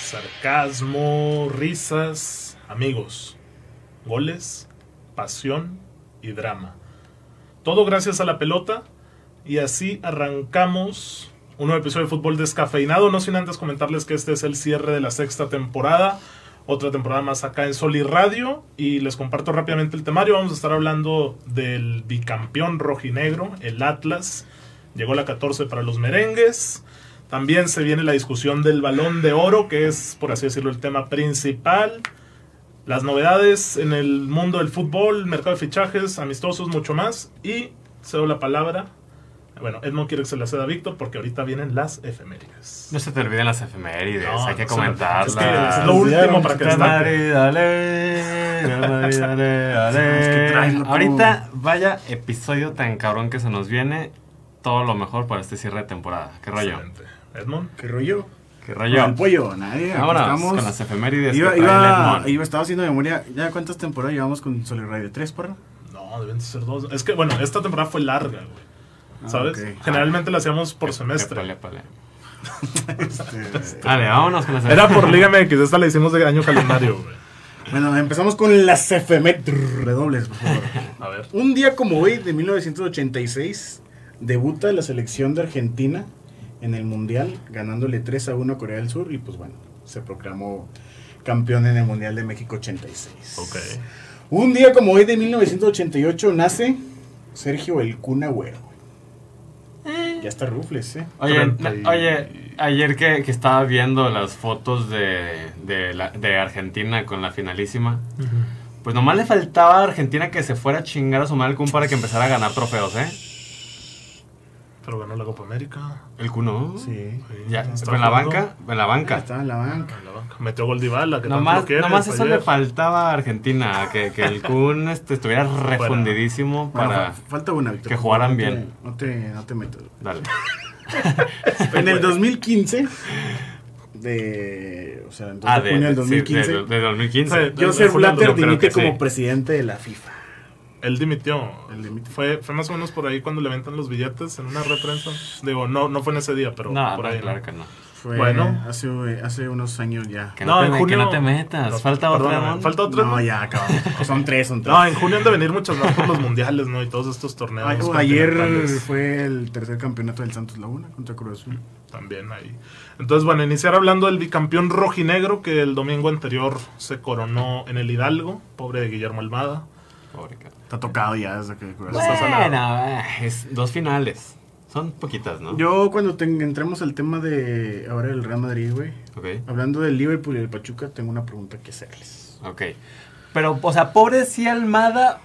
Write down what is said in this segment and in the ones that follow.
sarcasmo, risas, amigos, goles, pasión y drama. Todo gracias a la pelota. Y así arrancamos un nuevo episodio de Fútbol Descafeinado. No sin antes comentarles que este es el cierre de la 6ª temporada. Otra temporada más acá en Sol y Radio. Y les comparto rápidamente el temario. Vamos a estar hablando del bicampeón rojinegro, el Atlas. Llegó la 14 para los merengues. También se viene la discusión del Balón de Oro, que es, por así decirlo, el tema principal. Las novedades en el mundo del fútbol, mercado de fichajes, amistosos, mucho más. Y cedo la palabra. Bueno, Edmond quiere que se la ceda a Víctor porque ahorita vienen las efemérides. No se te olviden las efemérides, No, hay que no comentarlas. Es que es lo último para que Ahorita, vaya episodio tan cabrón que se nos viene. Todo lo mejor para este cierre de temporada. ¿Qué rollo? Excelente. Edmond. ¿Qué rollo? ¿Qué rollo? Con el pollo, nadie. Vámonos con las efemérides. Estaba haciendo memoria. ¿Ya cuántas temporadas llevamos con Sol y Radio? ¿3, porra? No, deben ser 2. Es que, bueno, esta temporada fue larga, güey. ¿Sabes? Okay. Generalmente la hacíamos por semestre. Vale, vámonos con las Era por Liga MX, esta la hicimos de año calendario, güey. Bueno, empezamos con las efemérides. Redobles, por favor. A ver. Un día como hoy, de 1986, debuta la selección de Argentina en el Mundial, ganándole 3-1 a Corea del Sur. Y pues bueno, se proclamó campeón en el Mundial de México 86. Ok. Un día como hoy, de 1988, nace Sergio El Kun Agüero. Ya está Rufles, ¿eh? Oye, ayer que estaba viendo las fotos de Argentina con la finalísima, pues nomás le faltaba a Argentina que se fuera a chingar a su madre el Kun para que empezara a ganar trofeos, ¿eh? Pero ganó la Copa América. ¿El Kun no? Sí. Ya, en la banca. Estaba en la banca. En la banca. Metió gol Dybala, que nomás nomás eso le faltaba a Argentina, que el Kun estuviera refundidísimo para falta una victoria, que jugaran bien. No te metas. Dale. En el 2015, en junio del 2015, de 2015. Joseph Blatter dimite como presidente de la FIFA. Él dimitió. Fue más o menos por ahí cuando le ventan los billetes en una reprensa. Digo, no fue en ese día, pero por ahí. Claro que no. Fue hace unos años ya. Que no te metas. Falta otra. ¿Falta otra? No, ya acabamos. Son tres. No, en junio han de venir muchas más por los mundiales, ¿no? Y todos estos torneos. Ayer fue el tercer campeonato del Santos Laguna contra Cruz Azul. También ahí. Entonces, bueno, iniciar hablando del bicampeón rojinegro que el domingo anterior se coronó en el Hidalgo. Pobre de Guillermo Almada. Pobre cara. Está tocado ya desde que Bueno, es 2 finales. Son poquitas, ¿no? Yo cuando entremos al tema de ahora del Real Madrid, güey. Okay. Hablando del Liverpool y del Pachuca, tengo una pregunta que hacerles. Ok. Pero, o sea, pobre sí Almada,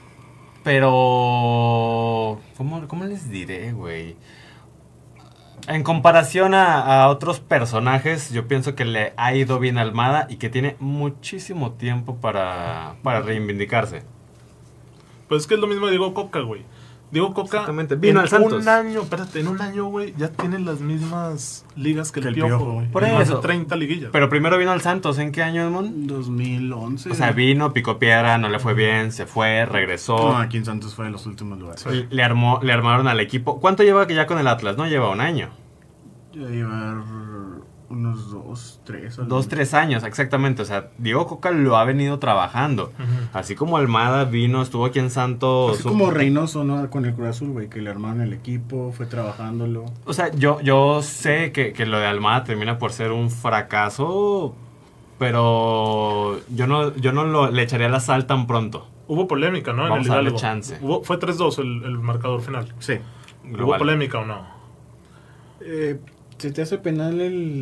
pero... ¿Cómo les diré, güey? En comparación a otros personajes, yo pienso que le ha ido bien a Almada y que tiene muchísimo tiempo para reivindicarse. Pues es que es lo mismo de Diego Coca, güey. Diego Coca exactamente. Vino al Santos. En un año, güey, ya tiene las mismas ligas que el Piojo, güey. Por más eso. de 30 liguillas. Pero primero vino al Santos, ¿en qué año, Edmond? 2011. O sea, vino, picó piedra, no le fue bien, se fue, regresó. No, aquí en Santos fue de los últimos lugares. Sí. Le armaron al equipo. ¿Cuánto lleva que ya con el Atlas? No lleva un año. Ya lleva unos 2, 3. 2, 3 años, exactamente. O sea, Diego Coca lo ha venido trabajando. Así como Almada vino, estuvo aquí en Santos. Así como Reynoso, ¿no? Con el Cruz Azul, güey, que le armaron el equipo, fue trabajándolo. O sea, yo sé que lo de Almada termina por ser un fracaso, pero yo no le echaría la sal tan pronto. Hubo polémica, ¿no? Vamos en el a darle Hidalgo. chance. Fue 3-2 el marcador final. Sí. Global. ¿Hubo polémica o no? ¿Se te hace penal el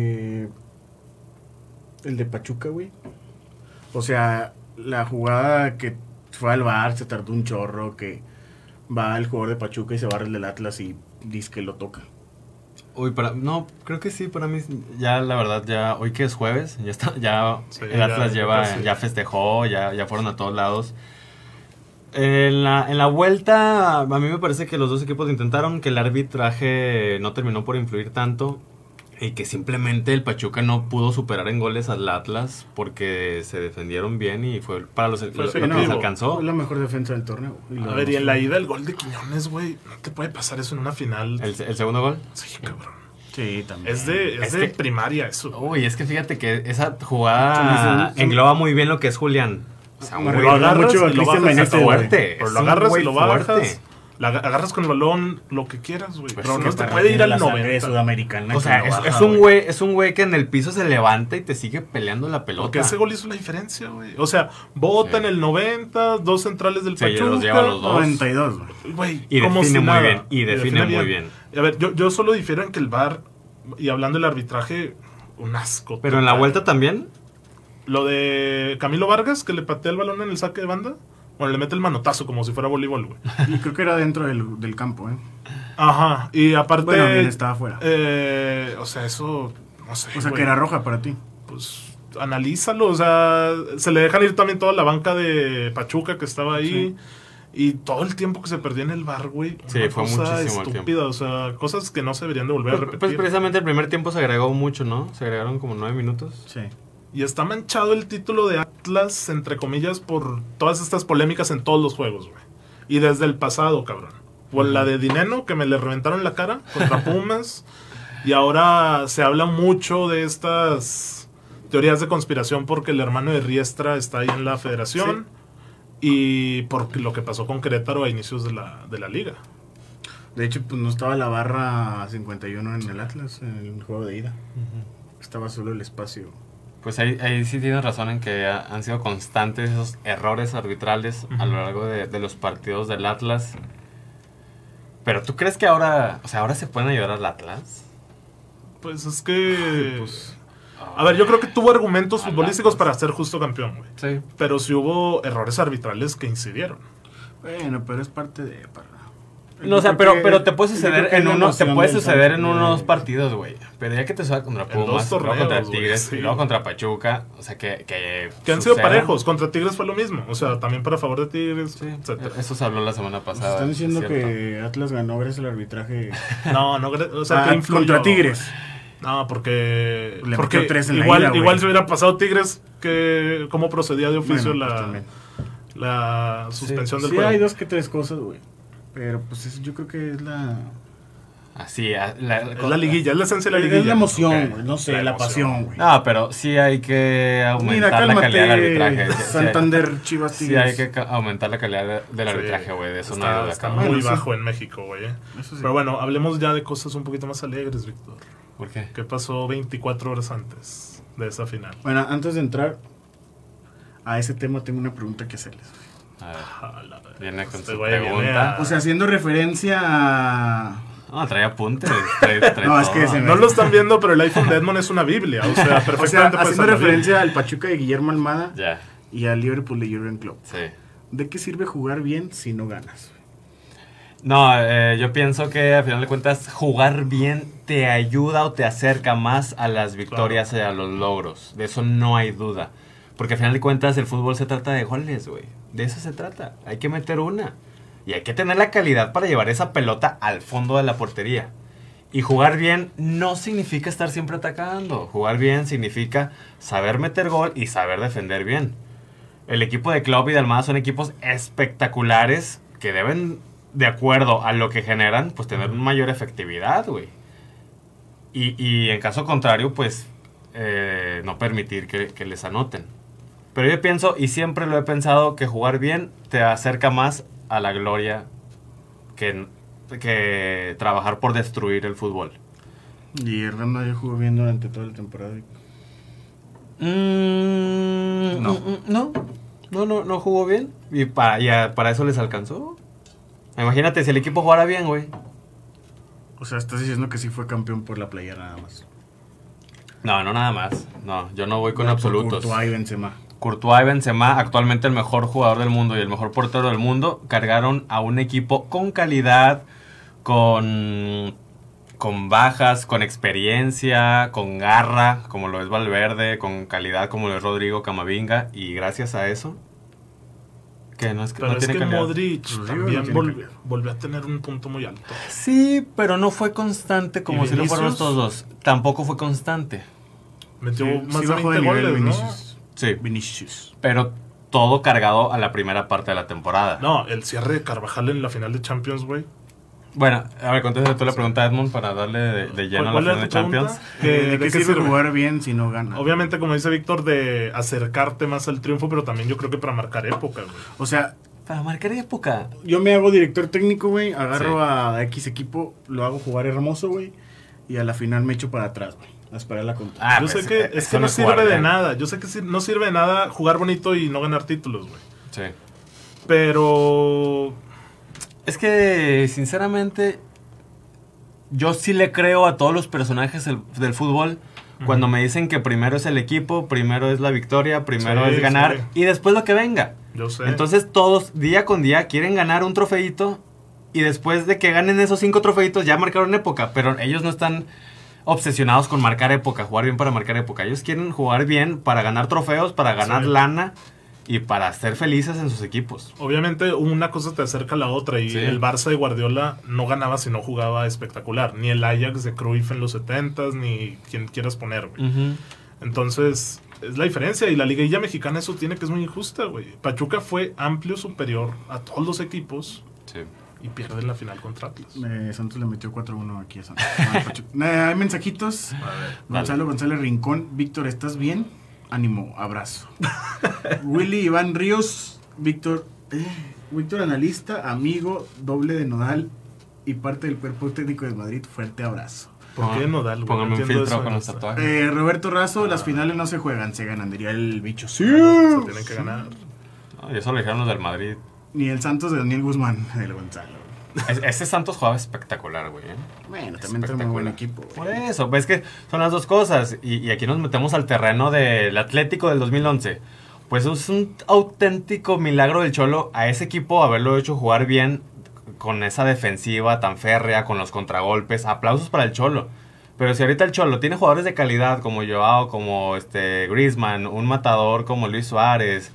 de Pachuca, güey? O sea, la jugada que fue al VAR se tardó un chorro, que va el jugador de Pachuca y se barra el del Atlas y dice que lo toca. Uy, no, creo que sí, para mí ya la verdad, ya hoy que es jueves, ya está, sí, el Atlas ya festejó, ya fueron a todos lados. En la vuelta, a mí me parece que los dos equipos intentaron, que el arbitraje no terminó por influir tanto y que simplemente el Pachuca no pudo superar en goles al Atlas porque se defendieron bien y fue para lo que les alcanzó. Fue la mejor defensa del torneo. A ver, y en la ida el gol de Quiñones, güey, no te puede pasar eso en una final. ¿El segundo gol? Sí, cabrón. Sí, también. Es de que- primaria eso. Uy, es que fíjate que esa jugada engloba muy bien lo que es Julián. O sea, un Me güey lo recuerda agarras mucho a y lo Cristian bajas Benítez, hasta güey. fuerte. Pero Es lo un agarras güey y lo bajas. fuerte. Agarras con el balón lo que quieras, güey. Pues Pero sí, no te pero puede ir al La sangre 90. sudamericana O sea, que lo baja, es un güey que en el piso se levanta y te sigue peleando la pelota. Porque ese gol hizo la diferencia, güey. O sea, bota en el 90, 2 centrales del Sí, Pachuca. los lleva a los dos. 92, güey. Güey, Y como define si muy nada. bien, y define muy bien. A ver, yo solo difiero en que el VAR, y hablando del arbitraje, un asco. Pero en la total. vuelta también. Lo de Camilo Vargas, que le patea el balón en el saque de banda. Bueno, le mete el manotazo como si fuera voleibol, güey. Y creo que era dentro del campo, ¿eh? Ajá, y aparte... Bueno, bien, estaba afuera. O sea, eso... No sé, O sea, güey. que era roja para ti. Pues analízalo, o sea, se le dejan ir también toda la banca de Pachuca que estaba ahí. Y todo el tiempo que se perdió en el bar, güey. Sí, una fue cosa muchísimo el estúpida, o sea, cosas que no se deberían de volver a Pues repetir. precisamente el primer tiempo se agregó mucho, ¿no? Se agregaron como 9 minutos. Sí. Y está manchado el título de Atlas, entre comillas, por todas estas polémicas en todos los juegos, güey. Y desde el pasado, cabrón. O la de Dineno, que me le reventaron la cara contra Pumas. Y ahora se habla mucho de estas teorías de conspiración porque el hermano de Riestra está ahí en la federación. Y por lo que pasó con Querétaro a inicios de la liga. De hecho, pues no estaba la barra 51 en el Atlas, en el juego de ida. Estaba solo el espacio. Pues ahí sí tienes razón en que han sido constantes esos errores arbitrales a lo largo de los partidos del Atlas. Pero ¿tú crees que ahora, o sea, ahora se pueden ayudar al Atlas? Pues es que... Pues, a ver, yo creo que tuvo argumentos Al futbolísticos Atlas. para ser justo campeón, güey. Sí. Pero sí hubo errores arbitrales que incidieron. bueno, pero es parte de... No, o sea, Yo creo pero que- te puede yo suceder creo que en la uno, te emoción puede del suceder en partido, unos partidos, güey. Pero ya que te suceda contra En Pumas, dos luego contra torneos, güey, Tigres sí. y luego contra Pachuca, o sea que Que han sido suceda. parejos. Contra Tigres fue lo mismo. O sea, también para favor de Tigres, Sí, etcétera. eso se habló la semana Pues pasada. están diciendo es cierto. que Atlas ganó gracias al arbitraje No, o sea, que influyó. contra Tigres. No, porque... Le porque metió 3 en la igual, ida, güey. igual si hubiera pasado Tigres, que ¿cómo procedía de oficio Bueno, pues también. la suspensión del Sí, juego? hay 2 que 3 cosas, güey. Pero pues yo creo que es la... Así, Es la liguilla, es la esencia de la liguilla. Es la emoción, Ok. güey. No sé, La la, emoción. pasión, güey. No, pero sí hay que aumentar Mira, la calidad del cálmate, arbitraje. Santander, Chivas, Sí, Tigres. hay que aumentar la calidad del arbitraje, güey. De eso no hay está, duda, está cabrón. muy Bueno, sí. bajo en México, güey. Eso sí. Pero bueno, hablemos ya de cosas un poquito más alegres, Víctor. ¿Por qué? ¿Qué pasó 24 horas antes de esa final? Bueno, antes de entrar a ese tema, tengo una pregunta que hacerles. A ver, A la verga, viene con este su güey viene pregunta. a- O sea, haciendo referencia a... No, trae apuntes. Trae No, es que todo. se me- No lo están viendo, pero el iPhone de Edmond es una biblia. O sea, O sea, perfectamente puede haciendo ser la referencia al Pachuca de Guillermo Almada Ya, y al Liverpool de Jurgen Klopp. sí. ¿De qué sirve jugar bien si no ganas? No, yo pienso que al final de cuentas jugar bien te ayuda o te acerca más a las victorias y a los logros. De eso no hay duda. Porque al final de cuentas el fútbol se trata de goles, güey. De eso se trata. Hay que meter una. Y hay que tener la calidad para llevar esa pelota al fondo de la portería. Y jugar bien no significa estar siempre atacando. Jugar bien significa saber meter gol y saber defender bien. El equipo de Klopp y de Almada son equipos espectaculares que deben, de acuerdo a lo que generan, pues tener una mayor efectividad, güey. Y en caso contrario, pues no permitir que les anoten. Pero yo pienso, y siempre lo he pensado, que jugar bien te acerca más a la gloria que trabajar por destruir el fútbol. Y Hernando ya jugó bien durante toda la temporada. No jugó bien. Y para eso les alcanzó. Imagínate si el equipo jugara bien, güey. O sea, estás diciendo que sí fue campeón por la playera nada más. No, nada más. No, yo no voy con Por absolutos. Courtois y Benzema. Courtois y Benzema, actualmente el mejor jugador del mundo y el mejor portero del mundo, cargaron a un equipo con calidad, con bajas, con experiencia, con garra, como lo es Valverde, con calidad como lo es Rodrigo Camavinga, y gracias a eso, que no es que Pero no es tiene que calidad. Modric Rodrigo también no tiene calidad. volvió a tener un punto muy alto. Sí, pero no fue constante como ¿Y si lo fueron Vinicius? estos dos. Tampoco fue constante. Metió Sí, más sí de bajó 20 de nivel goles, ¿no? Vinicius. Sí, Vinicius. pero todo cargado a la primera parte de la temporada. No, el cierre de Carvajal en la final de Champions, güey. Bueno, a ver, contesta tú la pregunta, Edmond, para darle de lleno a la ¿Cuál final era de tu Champions. pregunta? ¿De qué sirve jugar bien si no gana? Obviamente, como dice Víctor, de acercarte más al triunfo, pero también yo creo que para marcar época, güey. O sea, Para marcar época. yo me hago director técnico, güey, agarro Sí. a X equipo, lo hago jugar hermoso, güey, y a la final me echo para atrás, güey, a esperar la contra. Ah, Yo pues, sé que es eso que no es jugar sirve de bien. nada. Yo sé que no sirve de nada jugar bonito y no ganar títulos, güey. Sí. Pero Es que, sinceramente, yo sí le creo a todos los personajes del fútbol cuando me dicen que primero es el equipo, primero es la victoria, primero Sí, es ganar sí. y después lo que venga. yo sé. Entonces todos, día con día, quieren ganar un trofeito y después de que ganen esos 5 trofeitos ya marcaron época, pero ellos no están obsesionados con marcar época, jugar bien para marcar época. Ellos quieren jugar bien para ganar trofeos, para ganar Sí. lana y para ser felices en sus equipos. Obviamente una cosa te acerca a la otra y Sí. el Barça de Guardiola no ganaba si no jugaba espectacular. Ni el Ajax de Cruyff en los 70s, ni quien quieras poner, güey. Ujú. Entonces, es la diferencia. Y la liguilla mexicana eso tiene que es muy injusta, güey. Pachuca fue amplio superior a todos los equipos Sí. y pierde en la final contra Atlas. Santos le metió 4-1 aquí a Santos. Hay mensajitos. A ver. Gonzalo González Rincón. Víctor, ¿estás bien? Ánimo, abrazo. Willy Iván Ríos. Víctor, analista, amigo, doble de Nodal y parte del cuerpo técnico de Madrid. Fuerte abrazo. ¿Por qué Nodal, güey? Póngame No un entiendo filtro eso con en los esta. tatuajes. Roberto Razo, las finales no se juegan, se ganan, diría el bicho. Sí. Se tienen que ganar. No, y eso lo dijeron los del Madrid. Ni el Santos de Daniel Guzmán, el Gonzalo. Ese Santos jugaba espectacular, güey. Bueno, también trae muy buen equipo. Por eso, ves que son las dos cosas. Y aquí nos metemos al terreno del Atlético del 2011. Pues es un auténtico milagro del Cholo a ese equipo haberlo hecho jugar bien con esa defensiva tan férrea, con los contragolpes. Aplausos para el Cholo. Pero si ahorita el Cholo tiene jugadores de calidad como Joao, como Griezmann, un matador como Luis Suárez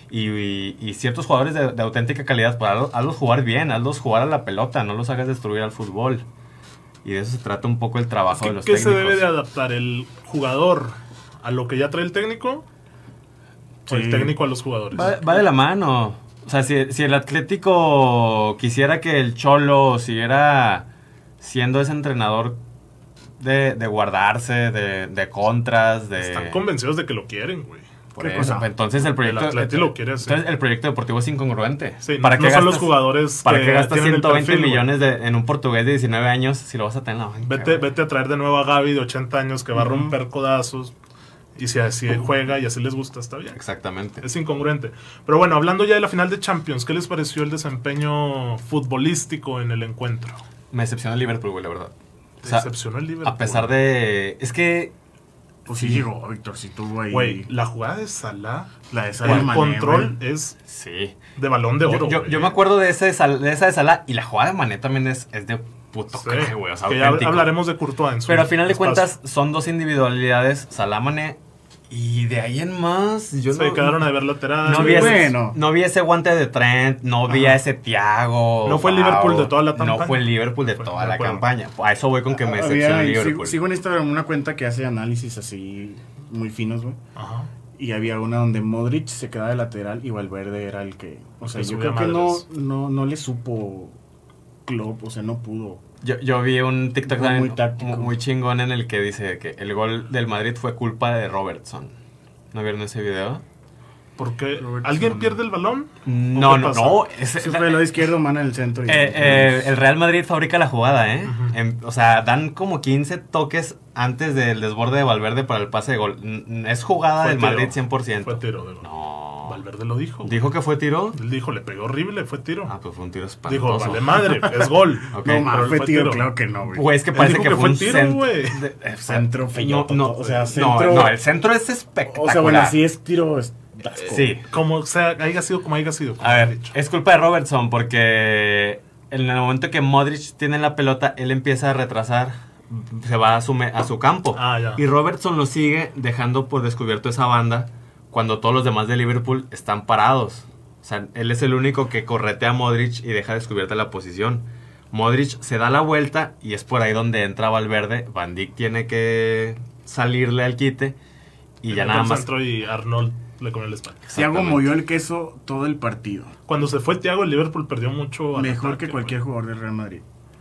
y ciertos jugadores de auténtica calidad, pues hazlos jugar bien, hazlos jugar a la pelota, no los hagas destruir al fútbol. Y de eso se trata un poco el trabajo de los ¿Qué técnicos. se debe de adaptar? ¿El jugador a lo que ya trae el técnico? ¿O el Sí. técnico a los jugadores? Va de la mano. O sea, si el Atlético quisiera que el Cholo siguiera siendo ese entrenador de guardarse, de contras, de... Están convencidos de que lo quieren, güey. Por ¿Qué eso, cosa? pues, entonces el proyecto... El Atleti lo quiere hacer. Entonces el proyecto deportivo es incongruente. Sí, ¿Para no qué son los gastas- jugadores ¿Para que qué gastas tienen el 120 perfil, güey? millones en un portugués de 19 años si lo vas a tener en la banca? Vete a traer de nuevo a Gaby de 80 años que va a romper codazos. Y si así juega y así les gusta, está bien. Exactamente. Es incongruente. Pero bueno, hablando ya de la final de Champions, ¿qué les pareció el desempeño futbolístico en el encuentro? Me decepciona el Liverpool, güey, la verdad. ¿Te O sea, decepcionó el Liverpool? a pesar de... Es que... Pues sí llegó, Víctor, si tuvo ahí. Güey, la jugada de Salah, La de Sadio el Mané, control güey. es Sí. de balón de oro. Yo güey. me acuerdo de esa de Salah y la jugada de Mané también es de puto Sí, crack, güey. O sea, que ya auténtico. hablaremos de Courtois en su Pero al final de espacio. cuentas son dos individualidades, Salah, Mané, y de ahí en más yo Se quedaron a ver lateral. no vi, Bueno. no vi ese guante de Trent, no vi Ajá. a ese Thiago. No fue el Liverpool de toda la campaña. No fue el Liverpool de Fue- toda de la acuerdo. campaña. A eso voy con que me decepciona el Liverpool. Sigo en Instagram una cuenta que hace análisis así muy finos, güey. Ajá. Y había una donde Modric se quedaba de lateral y Valverde era el que... O sea, Que yo subía creo que madres. no le supo Klopp, o sea, no pudo. Yo vi un TikTok Muy también táctico. muy chingón en el que dice que el gol del Madrid fue culpa de Robertson. ¿No vieron ese video? Porque Robertson. ¿alguien pierde el balón? No, qué no, pasa? no. Se fue del lado izquierdo, mana en el centro. Y El Real Madrid fabrica la jugada, ¿eh? Ujú. O sea, dan como 15 toques antes del desborde de Valverde para el pase de gol. Es jugada Fue del tiro. Madrid 100%. Fue tiro de gol. No. Valverde lo dijo. ¿Dijo que fue tiro? Él dijo, le pegó horrible, fue tiro. Ah, pues fue un tiro Dijo, espantoso. vale madre, es gol. Ok. No, ma, pero fue fue tiro, tiro. claro que no, güey. Güey, es que Él parece dijo que que fue un fue tiro, güey. Centro feo, No, o sea, no, centro... no, el centro es espectacular. O sea, bueno, si es tiro... es asco. Sí. Como sea, haya sido como haya sido. Como A he ver, dicho. es culpa de Robertson porque en el momento que Modric tiene la pelota, él empieza a retrasar, se va a su campo. Ah, ya. Y Robertson lo sigue dejando por descubierto esa banda cuando todos los demás de Liverpool están parados. O sea, él es el único que corretea a Modric y deja descubierta la posición. Modric se da la vuelta y es por ahí donde entra Valverde. Van Dijk tiene que salirle al quite y ya Metió nada al más. centro y Arnold le comió el espalda. Thiago movió el queso todo el partido. Cuando se fue Thiago, el Liverpool perdió mucho. al Mejor ataque, que cualquier güey. jugador del Real Madrid.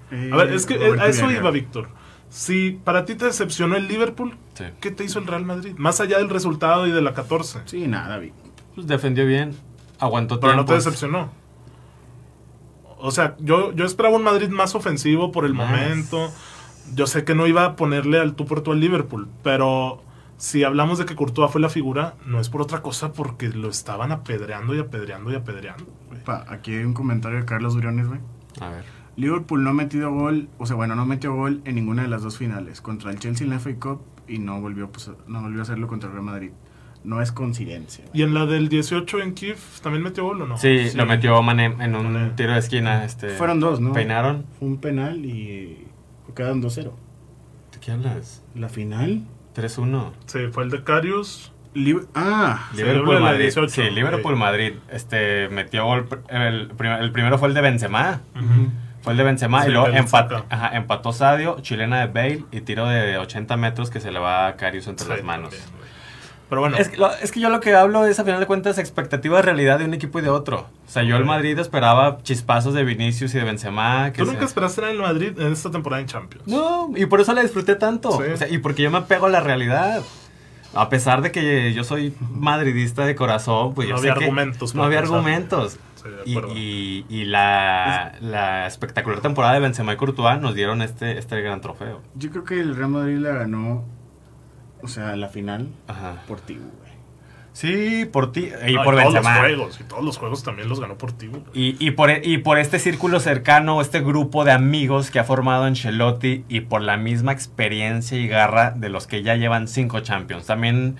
A ver, es que Roberto a eso Villarreal. iba, Víctor. Si para ti te decepcionó el Liverpool, Sí. ¿qué te hizo el Real Madrid? Más allá del resultado y de la 14. Sí, nada, Pues defendió bien, aguantó Pero no te tiempos. decepcionó. O sea, yo esperaba un Madrid más ofensivo por el Más. momento. Yo sé que no iba a ponerle al tú por tú al Liverpool, pero si hablamos de que Courtois fue la figura, no es por otra cosa, porque lo estaban apedreando y apedreando y apedreando, güey. Aquí hay un comentario de Carlos Briones, güey. A ver. Liverpool no ha metido gol, no metió gol en ninguna de las dos finales. Contra el Chelsea en la FA Cup y no volvió a hacerlo contra el Real Madrid. No es coincidencia. ¿Y en la del 18 en Kiev también metió gol o no? Sí, lo metió Mané en un Mané. tiro de esquina. Fueron dos, ¿no? Peinaron. Fue un penal y quedaron 2-0. ¿De qué hablas? La final. 3-1. Sí, fue el de Karius. Liverpool la Madrid. 18, Sí, Liverpool Madrid. Metió gol. El primero fue el de Benzema. Fue el de Benzema Sí, y luego el Saca. empató Sadio, chilena de Bale y tiro de 80 metros que se le va a Karius entre las manos. También, güey. Pero bueno, Es que yo lo que hablo es, a final de cuentas, expectativa de realidad de un equipo y de otro. O sea, yo el Madrid esperaba chispazos de Vinicius y de Benzema. tú nunca esperaste en el Madrid en esta temporada en Champions. No, y por eso la disfruté tanto. Sí. O sea, y porque yo me apego a la realidad. A pesar de que yo soy madridista de corazón, pues No yo sé había que argumentos no para había pensar. argumentos. Sí, de Y, acuerdo. y la espectacular temporada de Benzema y Courtois nos dieron este gran trofeo. Yo creo que el Real Madrid la ganó, la final Ajá. por ti, güey. Sí, por ti y No, por todos los Benzema. juegos, y todos los juegos también los ganó por ti, güey. Y por este círculo cercano, este grupo de amigos que ha formado Ancelotti y por la misma experiencia y garra de los que ya llevan 5 Champions. También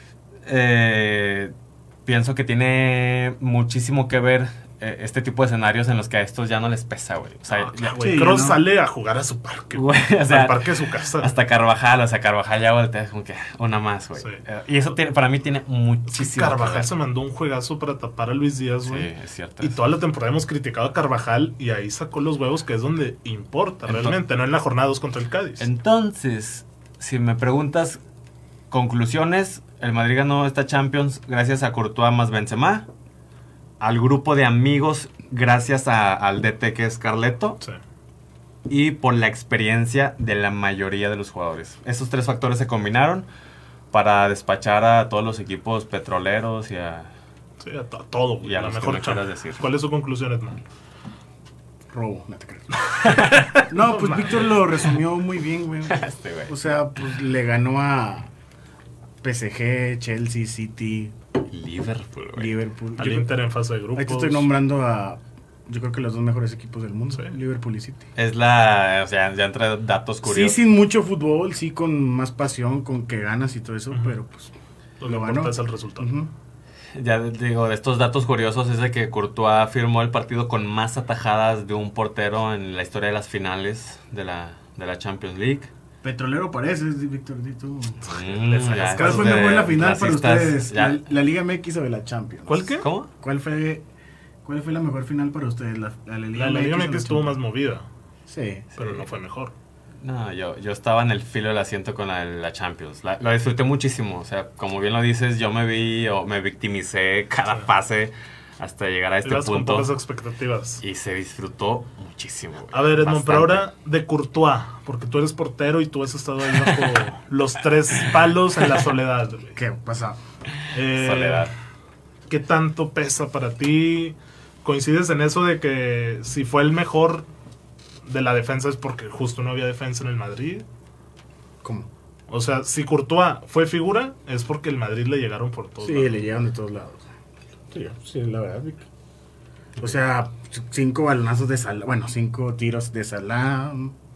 pienso que tiene muchísimo que ver este tipo de escenarios en los que a estos ya no les pesa, güey. O sea, ya- Güey, Sí, Kroos ¿no? sale a jugar a su parque. Güey, o sea, al parque de su casa. hasta Carvajal ya voltea como que una más, güey. Sí. Y eso para mí tiene Es que muchísimo que Carvajal ver. se mandó un juegazo para tapar a Luis Díaz, Sí, güey. es cierto. Y eso. toda la temporada hemos criticado a Carvajal y ahí sacó los huevos, que es donde importa Entonces- realmente, no en la jornada 2 contra el Cádiz. Entonces, si me preguntas conclusiones, el Madrid ganó esta Champions gracias a Courtois más Benzema, al grupo de amigos gracias al DT que es Carleto Sí. y por la experiencia de la mayoría de los jugadores. Esos 3 factores se combinaron para despachar a todos los equipos petroleros y a... Sí, a todo, güey. Y a La los que mejor me quieras chamba. decir. ¿Cuál es su conclusión, Edmond? Robo, no te creas. No, pues Víctor lo resumió muy bien, güey. Este güey. O sea, pues le ganó a PSG, Chelsea, City, Liverpool, güey. Liverpool. Al Yo creo- Inter en fase de grupos. Ahí te estoy nombrando a, yo creo que los dos mejores equipos del mundo, Sí. Liverpool y City. Es la... O sea, ya entre datos Sí, curiosos. sin mucho fútbol, sí con más pasión, con que ganas y todo eso, Ujú. pero pues Lo que lo importa ganó. es el resultado. Ujú. Ya digo, de estos datos curiosos es de que Courtois firmó el partido con más atajadas de un portero en la historia de las finales de la Champions League. Petrolero pareces, Víctor, di tú. Le sacas Ya, ¿Cuál estos fue de mejor la final para clasistas, ustedes? ya. ¿La Liga MX o de la Champions? ¿Cuál qué? ¿Cómo? ¿Cuál fue la mejor final para ustedes? ¿La Liga La Liga MX o MX estuvo más Champions? movida, Sí. pero no fue mejor. No, yo estaba en el filo del asiento con la Champions. Lo disfruté muchísimo. O sea, como bien lo dices, yo me victimicé cada Sí. fase hasta llegar a este Ibas con punto. pocas expectativas. Y se disfrutó muchísimo. Güey. A ver, Edmond, pero Bastante. ahora de Courtois, porque tú eres portero y tú has estado ahí bajo los 3 palos en la soledad, güey. ¿Qué pasa? Soledad. ¿Qué tanto pesa para ti? ¿Coincides en eso de que si fue el mejor de la defensa es porque justo no había defensa en el Madrid? ¿Cómo? O sea, si Courtois fue figura, es porque el Madrid le llegaron por todos Sí, lados. le llegaron de todos lados. Sí, la verdad, Vic. O sea, 5 balonazos de Salah, bueno, 5 tiros de Salah,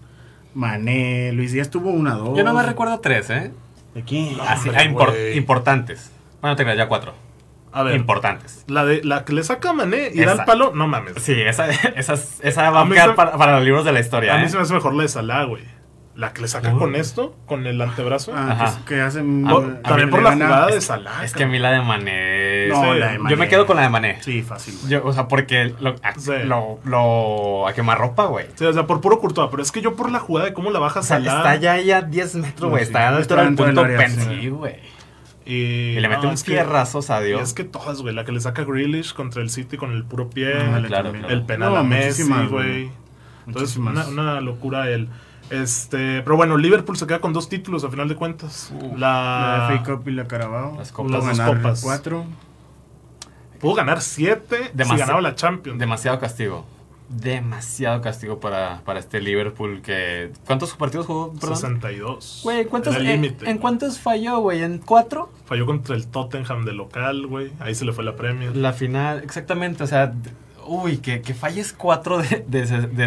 Mané, Luis Díaz tuvo 1-2. Yo no me recuerdo 3, ¿eh? ¿De quién? No. Así, Hombre, güey. importantes. Bueno, te creas, ya 4. A ver, Importantes. la que le saca a Mané y da el Esa. palo, no mames. Sí, esa va A a mí quedar se- para los libros de la historia. A mí ¿eh? se me hace mejor la de Salah, güey. La que le saca con esto, con el antebrazo. Ajá. Que hacen... También por la jugada de Salah. Es que a mí la de Mané. No, Sí, la de Mané. Yo me quedo con la de Mané. Sí, fácil. güey. Yo, o sea, porque Sí. lo a quemarropa, güey. Sí, o sea, por puro Courtois, pero es que yo por la jugada de cómo la baja O sea, Salah. está ya ahí a 10 metros, No, güey. sí. Está a la Está altura del dentro del punto área, pen. sí. Sí, güey. Y Y le mete no, un es que- fierrazos a Y Dios. es que todas, güey. La que le saca Grealish contra el City con el puro pie. Ándale, claro, también. claro. El penal No, a Messi, muchísimas, güey. Entonces, Muchísimas. una locura él. Pero bueno, Liverpool se queda con 2 títulos a final de cuentas. La FA Cup y la Carabao. Las Pudo copas. Las dos ganar copas. 4. Pudo ganar 7 si ganaba la Champions. Demasiado castigo. Demasiado castigo para este Liverpool que... ¿Cuántos partidos jugó? Perdón. 62. Güey, ¿cuántos, Era el límite, ¿en güey. cuántos falló, güey? ¿En 4? Falló contra el Tottenham de local, güey. Ahí se le fue la Premier. La final, exactamente, o sea... Uy, que falles 4 de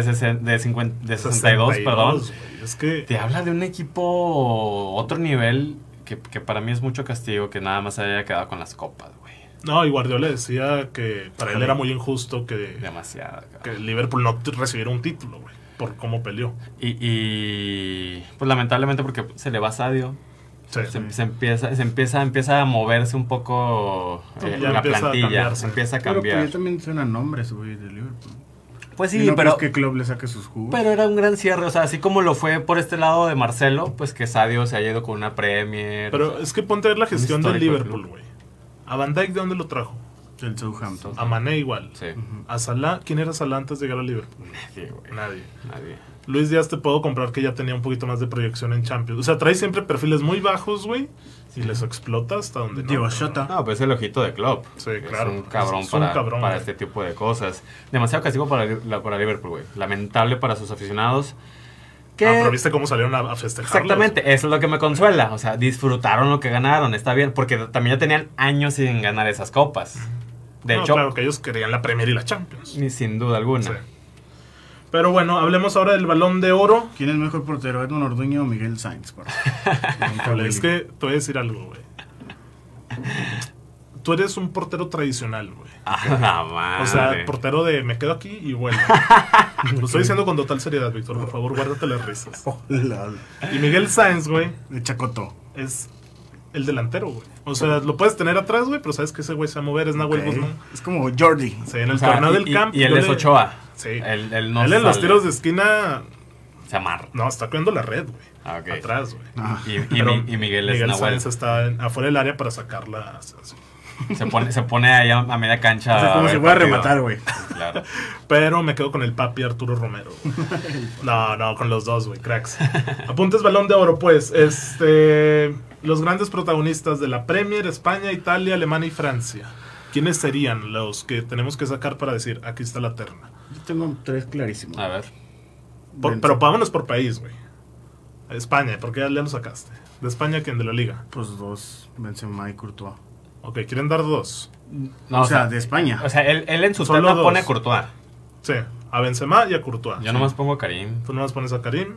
62, perdón. güey. Es que Te habla de un equipo otro nivel que para mí es mucho castigo que nada más se haya quedado con las copas, güey. no, y Guardiola decía que para él era muy injusto que Demasiado, cabrón. que Liverpool no recibiera un título, güey, por cómo peleó. Y pues lamentablemente porque se le va Sadio. Sí. Se empieza a moverse un poco Ya la empieza a plantilla, cambiarse. empieza a Pero pues, cambiar. ya también suenan nombres, güey, de Liverpool. Pues ¿Y sí, no pero crees que Klopp le saque sus jugos? pero era un gran cierre, o sea, así como lo fue por este lado de Marcelo, pues que Sadio se haya ido con una Premier. Pero o sea, es que ponte a ver la gestión del histórico del Liverpool, club. güey. A Van Dijk, ¿de dónde lo trajo? El Southampton. A Mané igual. sí, A Salah, ¿quién era Salah antes de llegar al Liverpool? nadie, güey, Nadie. nadie. Luis Díaz te puedo comprar que ya tenía un poquito más de proyección en Champions. O sea, trae siempre perfiles muy bajos, güey. Y les explota hasta donde no. Diego cabrón. Jota. No, pues es el ojito de Klopp. Sí, Es claro. un cabrón Es un cabrón, para güey. este tipo de cosas. Demasiado castigo para Liverpool, güey. Lamentable para sus aficionados. Que... Pero viste cómo salieron a festejar. Exactamente, eso es lo que me consuela. O sea, disfrutaron lo que ganaron, está bien. Porque también ya tenían años sin ganar esas copas. De hecho, claro que ellos querían la Premier y la Champions. ni sin duda alguna. Sí. Pero bueno, hablemos ahora del Balón de Oro. ¿Quién es mejor portero, Edmond Orduño o Miguel Sainz? Híjole, es que te voy a decir algo, güey. Tú eres un portero tradicional, güey. A la madre. O sea, portero de me quedo aquí y vuelvo. Lo estoy diciendo con total seriedad, Víctor. Por favor, guárdate las risas. Y Miguel Sáenz, güey, De Chacoto. es el delantero, güey. O sea, lo puedes tener atrás, güey, pero sabes que ese güey se va a mover, es Nahuel Ok. Guzmán. Es como Jordi. Sí, en el O sea, torneo del campo. y él yo es le- Ochoa. Sí. Él no Él en los sale. tiros de esquina, Se amarra. no, está cuidando la red, güey. Ah, ok. Atrás, güey. Ah, Y Pero Miguel es Miguel Nahuel. Sáenz está afuera del área para sacarla. Así. Se pone ahí a media cancha. o sea, como ver si el fuera a partido. rematar, güey. Claro. Pero me quedo con el papi Arturo Romero. No, con los dos, güey, cracks. Apuntes Balón de Oro, pues. Los grandes protagonistas de la Premier, España, Italia, Alemania y Francia. ¿Quiénes serían los que tenemos que sacar para decir, aquí está la terna? Yo tengo 3 clarísimos. A ver. Pero vámonos por país, güey. España, porque ya lo sacaste. De España, ¿quién? De la Liga. Pues 2, Benzema y Courtois. Ok, ¿quieren dar 2? No, o sea, de España. O sea, él en su Solo terna dos. pone a Courtois. Sí, a Benzema y a Courtois. Yo nomás pongo a Karim. Tú nomás pones a Karim.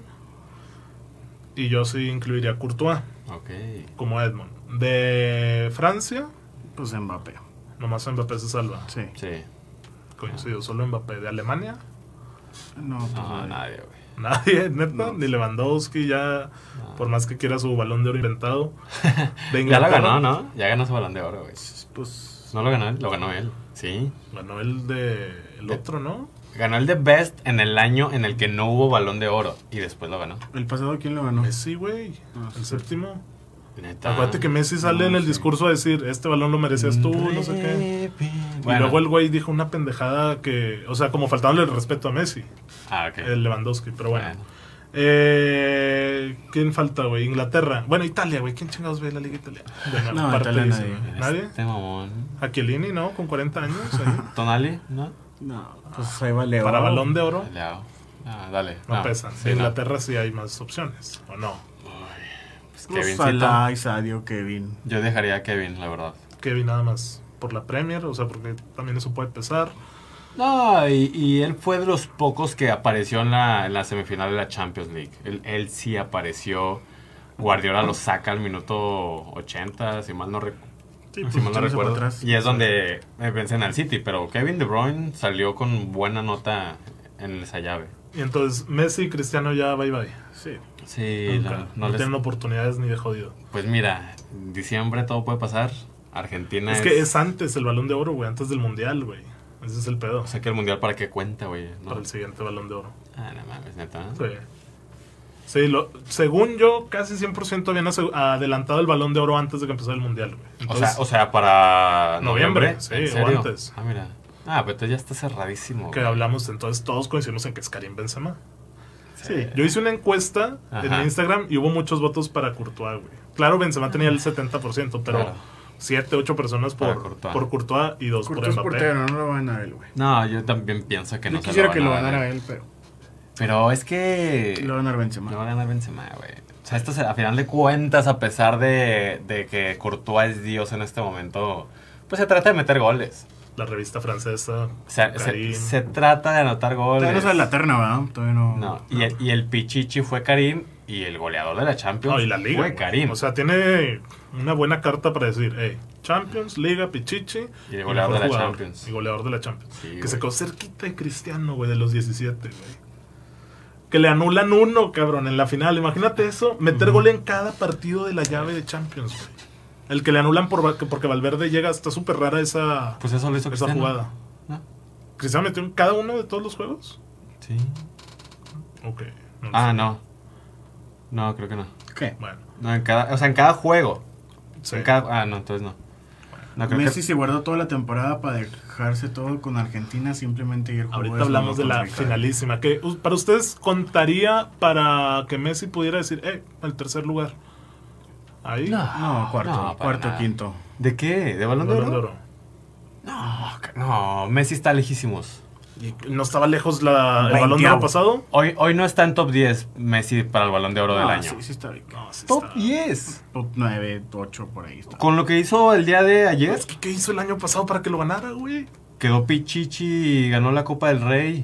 Y yo sí incluiría a Courtois Ok. como Edmond. De Francia, Pues Mbappé. nomás Mbappé se salva. Sí. Sí. Coincido, solo Mbappé. De Alemania, No, pues No, nadie. nadie, güey. nadie, neta. No. Ni Lewandowski ya, No. por más que quiera su balón de oro inventado. De Ya lo Inglaterra, ganó, ¿no? Ya ganó su balón de oro, güey. Pues No lo ganó él, lo ganó él. Sí. Ganó el otro, ¿no? Ganó el de Best en el año en el que no hubo balón de oro. Y después lo ganó. el pasado, ¿quién lo ganó? Messi, güey. Ah, El sí. séptimo. Neta. Acuérdate que Messi sale en el sí. discurso a decir, este balón lo merecías tú, no sé qué. Bueno. Y luego el güey dijo una pendejada que, o sea, como faltándole el respeto a Messi, Ah, ok. el Lewandowski, pero bueno. Bueno. ¿Quién falta, güey? Inglaterra. Bueno, Italia, güey. ¿Quién chingados ve la liga italiana? Bueno, No, aparte Italia dice, nadie. güey. ¿Nadie? Este mamón. A Chiellini, ¿no? Con 40 años. ahí. ¿Tonali? ¿No? No, pues ahí va Leo. Para balón de oro, Leao. Ah, dale. no pesan. Sí, En no. Inglaterra sí hay más opciones, ¿o no? Pues Pues Kevincito. Salah, Sadio, Kevin. Yo dejaría a Kevin, la verdad. Kevin nada más por la Premier, o sea, porque también eso puede pesar. No, y él fue de los pocos que apareció en la semifinal de la Champions League. Él sí apareció. Guardiola lo saca al minuto 80, si mal no, Sí, si pues, mal no echándose recuerdo. para atrás. Y es donde vencen al City. Pero Kevin De Bruyne salió con buena nota en esa llave. Y entonces Messi y Cristiano ya bye. Sí. Sí, Nunca. No les- tienen oportunidades ni de jodido. Pues mira, en diciembre todo puede pasar. Argentina Es que es antes el balón de oro, güey, antes del mundial, güey. Ese es el pedo. O sea que el mundial para qué cuenta, güey. ¿No? Para el siguiente balón de oro. Ah, no mames, neta. Sí. Sí, según yo, casi 100% habían adelantado el balón de oro antes de que empezara el mundial, güey. Entonces, O sea, para Noviembre, noviembre. sí, ¿En o serio? antes. Ah, mira. Ah, pero entonces ya está cerradísimo. Que hablamos, entonces todos coincidimos en que es Karim Benzema. Sí. Yo hice una encuesta en Ajá. Instagram y hubo muchos votos para Courtois, güey. Claro, Benzema tenía el 70%, pero Claro. 7, 8 personas Para por Courtois. por Courtois y 2 por Courtois Mbappé. portero, no lo va a ganar él, güey. No, yo también pienso que Yo no se quisiera que lo van a ganara dar. él, pero Pero es que... lo va a ganar Benzema. No va a ganar Benzema, güey. O sea, esto a final de cuentas, a pesar de que Courtois es Dios en este momento, pues se trata de meter goles. La revista francesa. O sea, Karim. se trata de anotar goles. Todavía no sale la terna, ¿verdad? Todavía no. No, y el Pichichi fue Karim y el goleador de la Champions No, y la liga. fue güey. Karim. O sea, tiene una buena carta para decir, Champions, Liga, Pichichi. Y el goleador mejor de la jugador. Champions. Y goleador de la Champions. Sí, que güey. se quedó cerquita de Cristiano, güey, de los 17, güey. Que le anulan uno, cabrón, en la final. Imagínate eso, meter gol en cada partido de la llave de Champions, güey. El que le anulan porque Valverde llega, está súper rara esa Pues eso lo hizo esa Cristiano. jugada. ¿No? ¿Cristiano metió en cada uno de todos los juegos? Sí. Ok. No lo Ah, sé. no. No, creo que no. ¿Qué? Bueno, No, en cada juego. sí. No, entonces no. No, creo Messi que... se guardó toda la temporada para dejarse todo con Argentina, simplemente ir Ahorita hablamos de la finalísima. Que para ustedes contaría para que Messi pudiera decir, el tercer lugar. Ahí. No, cuarto, No, para cuarto, nada. quinto. ¿De qué? ¿De Balón de Balón Oro? de Oro. No, Messi está lejísimos. Y no estaba lejos el Balón de Oro Veinteavo. pasado. Hoy no está en top 10 Messi para el Balón de Oro del Ah, año. Sí, sí está bien. No, sí Top está. 10. Top 9, 8 por ahí está. Con lo que hizo el día de ayer, Es que, ¿qué hizo el año pasado para que lo ganara, güey? quedó Pichichi y ganó la Copa del Rey.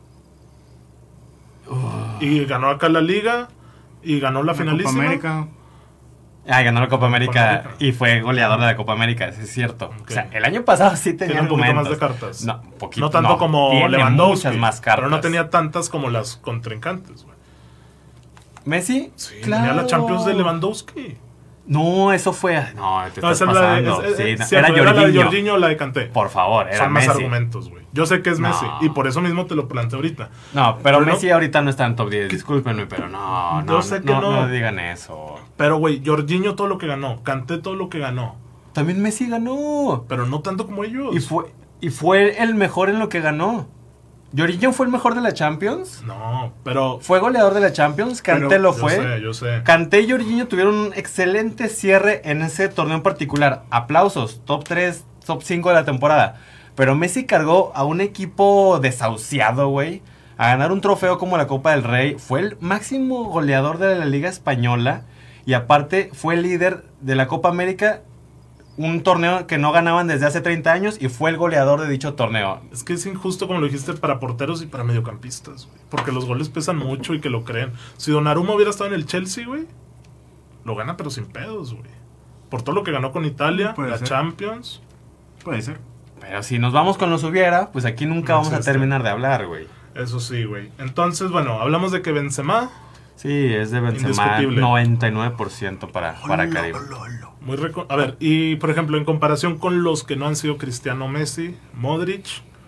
Y ganó acá la Liga. Y ganó la Copa finalísima. América. Ganó la Copa América, América. y fue goleador de la Copa América, eso es cierto. Ok. O sea, el año pasado sí tenía Tiene un poquito argumentos. más de cartas. No, poquito. No tanto como tiene Lewandowski. muchas más cartas. Pero no tenía tantas como las contrincantes, güey. ¿Messi? Sí, tenía la Champions de Lewandowski. No, eso fue... No, te No, estás esa es la pasando. de, Sí, no, cierto, era era la de Jorginho. Jorginho, la de Kanté. Por favor, era Son más Messi. argumentos, güey. Yo sé que es No. Messi. Y por eso mismo te lo planteo ahorita. No, pero Pero Messi no- ahorita no está en top 10, discúlpenme, pero no, Yo sé que no. no digan eso. Pero, güey, Jorginho todo lo que ganó. Kanté todo lo que ganó. También Messi ganó. Pero no tanto como ellos. Y fue el mejor en lo que ganó. ¿Jorginho fue el mejor de la Champions? No, pero... ¿Fue goleador de la Champions? ¿Kanté Pero lo fue? Yo sé. Kanté y Jorginho tuvieron un excelente cierre en ese torneo en particular. Aplausos, top 3, top 5 de la temporada. Pero Messi cargó a un equipo desahuciado, güey, a ganar un trofeo como la Copa del Rey. Fue el máximo goleador de la Liga Española y aparte fue el líder de la Copa América, un torneo que no ganaban desde hace 30 años y fue el goleador de dicho torneo. Es que es injusto, como lo dijiste, para porteros y para mediocampistas, güey. Porque los goles pesan mucho y que lo creen. Si Donnarumma hubiera estado en el Chelsea, güey, lo gana pero sin pedos, güey. Por todo lo que ganó con Italia, Puede la ser. Champions. Puede ser. Pero si nos vamos con los hubiera, pues aquí nunca vamos a Existe. terminar de hablar, güey. Eso sí, güey. Entonces, bueno, hablamos de que Benzema, Sí, es de Benzema, Indiscutible. 99% para Karim. muy A ver, y por ejemplo, en comparación con los que no han sido Cristiano, Messi, Modric,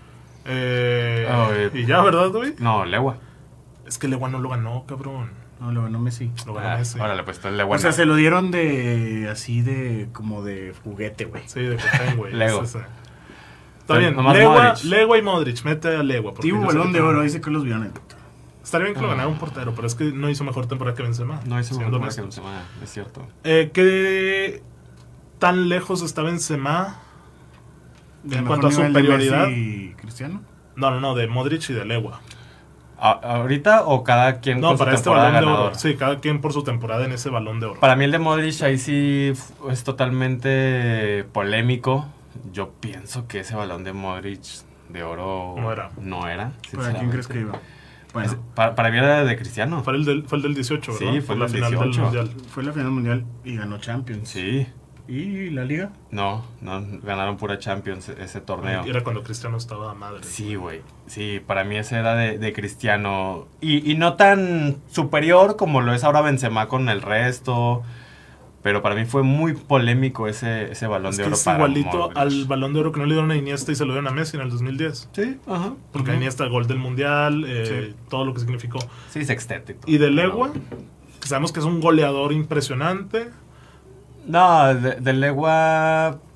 y ya, ¿verdad, güey? No, Legua. Es que Lewa no lo ganó, cabrón. No, lo ganó Messi. Lo ganó Messi. Órale, pues entonces Legua. O sea, no. se lo dieron de así de como de juguete, güey. Sí, de Copen, güey. Lego. Es ese. Está Pero bien, nomás Legua, Modric. Legua y Modric, mete a Legua. porque Tiene un yo sé balón que de te- oro, dice Carlos Villanueva. Estaría bien que lo ganara un portero, pero es que no hizo mejor temporada que Benzema. No hizo siendo mejor que honestos. Benzema, es cierto. ¿Qué tan lejos está Benzema Del en mejor cuanto a nivel de superioridad? Messi y Cristiano. No, de Modric y de Legua. ¿Ahorita o cada quien No, con su para este temporada balón de oro. ganador? Sí, cada quien por su temporada en ese balón de oro. Para mí el de Modric ahí sí es totalmente polémico. Yo pienso que ese balón de Modric de oro No era. ¿Para sinceramente. quién crees que iba? Bueno, Para mí era de Cristiano. Fue el del 18, ¿verdad? Sí, fue el la del final 18. del Mundial. fue la final mundial y ganó Champions. Sí. ¿Y la liga? No, ganaron pura Champions ese torneo. Era cuando Cristiano estaba a madre. Sí, güey. Sí, para mí ese era de Cristiano. Y no tan superior como lo es ahora Benzema con el resto. Pero para mí fue muy polémico ese balón Es de que oro es para igualito Modric. al balón de oro que no le dieron a Iniesta y se lo dieron a Messi en el 2010. Sí, ajá. Porque Ujú. Iniesta, gol del Mundial, Sí. todo lo que significó. Sí, sextete. y todo. Y de Legua, que sabemos que es un goleador impresionante. No, de Legua...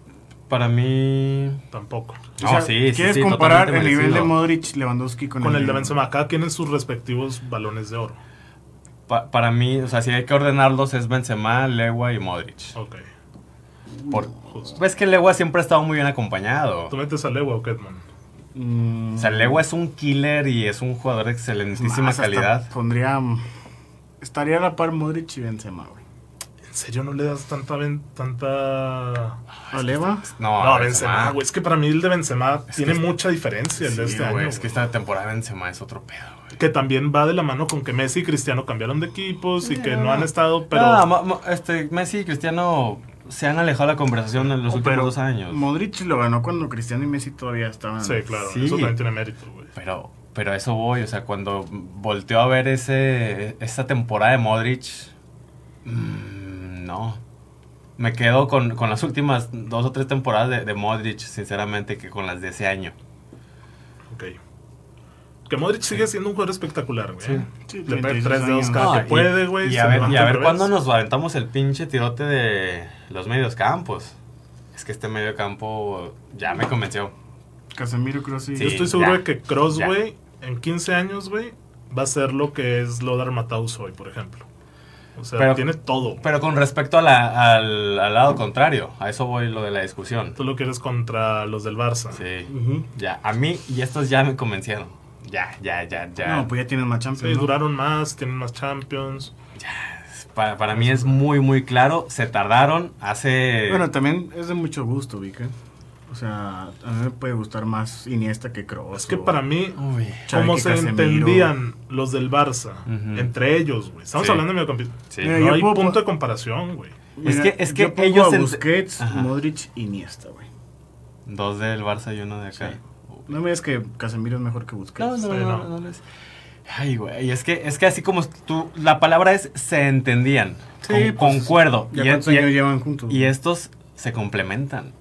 Para mí... Tampoco. O sea, ¿quieres comparar el totalmente nivel de merecido. Modric, Lewandowski Con el de Benzema. Cada quien en sus respectivos balones de oro. Para mí, o sea, si hay que ordenarlos es Benzema, Lewa y Modric. Ok. Justo. Ves que Lewa siempre ha estado muy bien acompañado. ¿Tú metes a Lewa o Kedman? O sea, Lewa es un killer y es un jugador de excelentísima calidad. Estaría a la par Modric y Benzema, güey. ¿En serio no le das tanta... ¿A Lewa? No, Benzema, güey. Es que para mí el de Benzema tiene mucha diferencia el de Sí, este güey, año. es que esta temporada de Benzema es otro pedo, güey. Que también va de la mano con que Messi y Cristiano cambiaron de equipos y que no han estado, pero... Messi y Cristiano se han alejado de la conversación en los últimos 2 años. Modric lo ganó cuando Cristiano y Messi todavía estaban... Sí, claro. Sí. Eso también tiene mérito, güey. Pero a eso voy, o sea, cuando volteo a ver esa temporada de Modric, no. Me quedo con las últimas 2 o 3 temporadas de Modric, sinceramente, que con las de ese año. Ok. Que Modric sigue siendo un jugador espectacular, güey. Sí, Le pega 36 3 dedos años. cada que puede, güey. Y se a ver levanta al revés. cuándo nos aventamos el pinche tirote de los medios campos. Es que este medio campo ya me convenció. Casemiro, Kroos y... Sí. Yo estoy seguro ya, de que Kroos, ya. güey, en 15 años, güey, va a ser lo que es Lothar Matthaus hoy, por ejemplo. O sea, Pero- tiene todo. Pero con respecto al lado contrario, a eso voy lo de la discusión. Tú lo quieres contra los del Barça. Sí, Ujú. ya. A mí y estos ya me convencieron. Ya. No, pues ya tienen más Champions, Sí, ¿no? duraron más, tienen más Champions. Para mí es muy, muy claro. Se tardaron hace... Bueno, también es de mucho gusto, Vika. O sea, a mí me puede gustar más Iniesta que Kroos. Es que o para mí, Uy. Xavi como que se Casemiro. entendían los del Barça, Ujú. entre ellos, güey. Estamos Sí. hablando de mediocampista. Sí. Mira, No yo hay puedo- punto de comparación, güey. Mira, Es que yo pongo ellos a en- Busquets, Ajá. Modric, Iniesta, güey. 2 del Barça y 1 de acá. Sí. No me digas que Casemiro es mejor que Busquets. No lo es. Ay, güey, es que así como tú, la palabra es se entendían. Sí, pues, concuerdo. ¿Ya cuántos años llevan juntos? Y estos se complementan.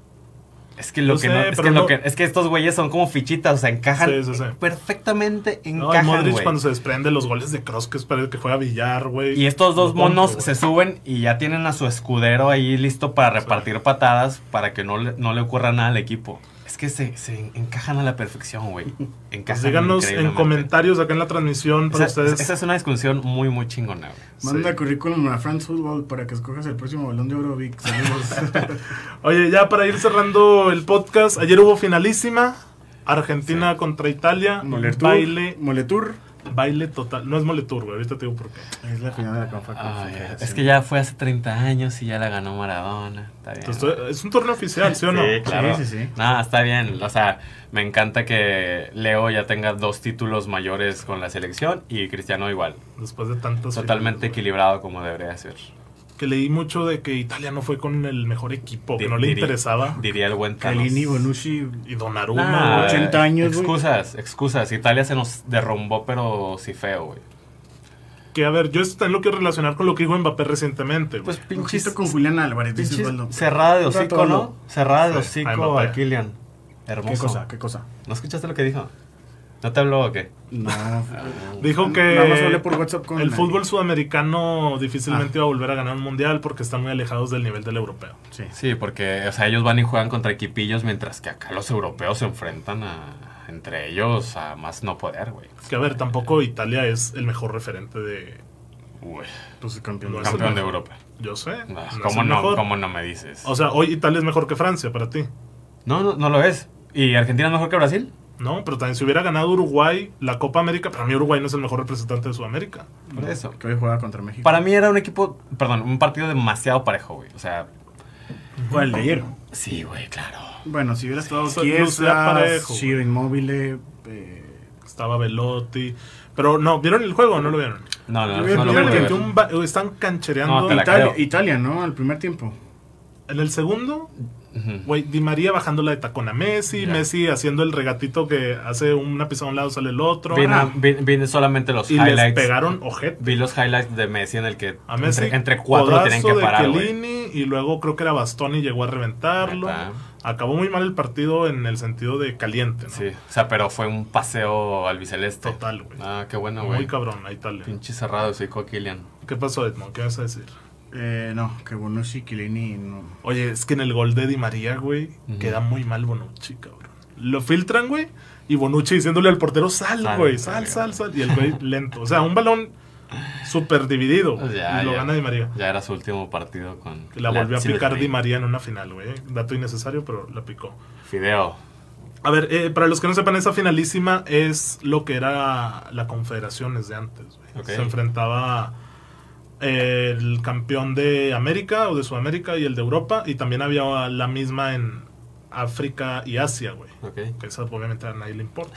Es que lo Yo que sé, no, es pero que no- lo que es que estos güeyes son como fichitas, o sea, encajan Sí, sí. perfectamente, No, y encajan, Modric güey. cuando se desprende los goles de Kroos, que es para el que juega billar, güey. Y estos dos Lo compro, monos güey. se suben y ya tienen a su escudero ahí listo para repartir patadas para que no le ocurra nada al equipo. Es que se encajan a la perfección, güey. Pues Encajan díganos en increíblemente. comentarios acá en la transmisión para ustedes. Esa es una discusión muy, muy chingona, güey. Manda Sí. currículum a France Football para que escojas el próximo Balón de Oro, Vic. Saludos. Oye, ya para ir cerrando el podcast, ayer hubo finalísima. Argentina contra Italia. Moletour. Baile total. No es Moletour, güey. Ahorita te digo por qué. Es la final de la Confa Ay, Confederación. es que ya fue hace 30 años y ya la ganó Maradona. Está bien. Entonces, es un torneo oficial, ¿sí o no? Sí, claro. Sí. No, está bien. O sea, me encanta que Leo ya tenga 2 títulos mayores con la selección y Cristiano igual. Después de tantas Totalmente finales, güey. equilibrado como debería ser. Que leí mucho de que Italia no fue con el mejor equipo, que no le Diría- interesaba. Diría el buen Thanos. Calini, Bonucci. Y Donnarumma, Nah, güey. 80 años, güey. excusas. Italia se nos derrumbó, pero sí feo, güey. Que a ver, yo esto también lo quiero relacionar con lo que dijo Mbappé recientemente, güey. Pues pinches, Ojito con Julián Álvarez, dice pinches Osvaldo. cerrada de Un rato, hocico, ¿no? ¿no? Cerrada de Sí, hocico Mbappé. a Kylian. Hermoso. ¿Qué cosa? ¿No escuchaste lo que dijo? ¿No te habló o qué? No. Dijo que Nada más hablé por WhatsApp con el nadie. fútbol sudamericano difícilmente iba a volver a ganar un mundial porque están muy alejados del nivel del europeo. Sí. Sí, porque, o sea, ellos van y juegan contra equipillos, mientras que acá los europeos se enfrentan entre ellos a más no poder, güey. Que a ver, tampoco Italia es el mejor referente de... Uy, Pues el campeón. No, del es el campeón de mejor. Europa. Yo sé. No, no es ¿Cómo el no? mejor. ¿Cómo no me dices? O sea, hoy Italia es mejor que Francia para ti. No lo es. ¿Y Argentina es mejor que Brasil? No, pero también si hubiera ganado Uruguay la Copa América, para mí Uruguay no es el mejor representante de Sudamérica. Por eso. Que hoy juega contra México. Para mí era un partido demasiado parejo, güey. O sea, ¿Cuál, el de ayer? sí, güey, claro. Bueno, si hubiera estado Eso lucía Chiesa, parejo, Ciro Inmóvil, Estaba Velotti. Pero no, ¿vieron el juego o no lo vieron? No Yo lo vi el pude primer ver. tiempo. Están canchereando. No, te la Italia, creo. Italia, ¿no? Al primer tiempo. En el segundo, Ujú. güey, Di María bajándola de tacón a Messi, Ya. Messi haciendo el regatito que hace una pisada a un lado, sale el otro. Vi solamente los Y les highlights. pegaron ojete. Vi los highlights de Messi en el que A Messi, entre 4 lo tienen que codazo parar, de güey. Chiellini, y luego creo que era Bastoni, llegó a reventarlo. Neta. Acabó muy mal el partido en el sentido de caliente, ¿no? Sí, o sea, pero fue un paseo albiceleste. Total, güey. Ah, qué bueno, güey. Muy cabrón, a Italia. Pinche cerrado, soy Kylian. ¿Qué pasó, Edmond? ¿Qué vas a decir? No, que Bonucci y Chiellini no. Oye, es que en el gol de Di María, güey, queda muy mal Bonucci, cabrón. Lo filtran, güey, y Bonucci diciéndole al portero, sal, güey, sal. Y el güey lento. O sea, un balón súper dividido. Pues y lo gana Di María. Ya era su último partido con... La volvió a picar Di María en una final, güey. Dato innecesario, pero la picó. Fideo. A ver, para los que no sepan, esa finalísima es lo que era la Confederaciones de antes, güey. Okay. Se enfrentaba el campeón de América o de Sudamérica y el de Europa, y también había la misma en África y Asia, güey. Okay. Que esa obviamente a nadie le importa.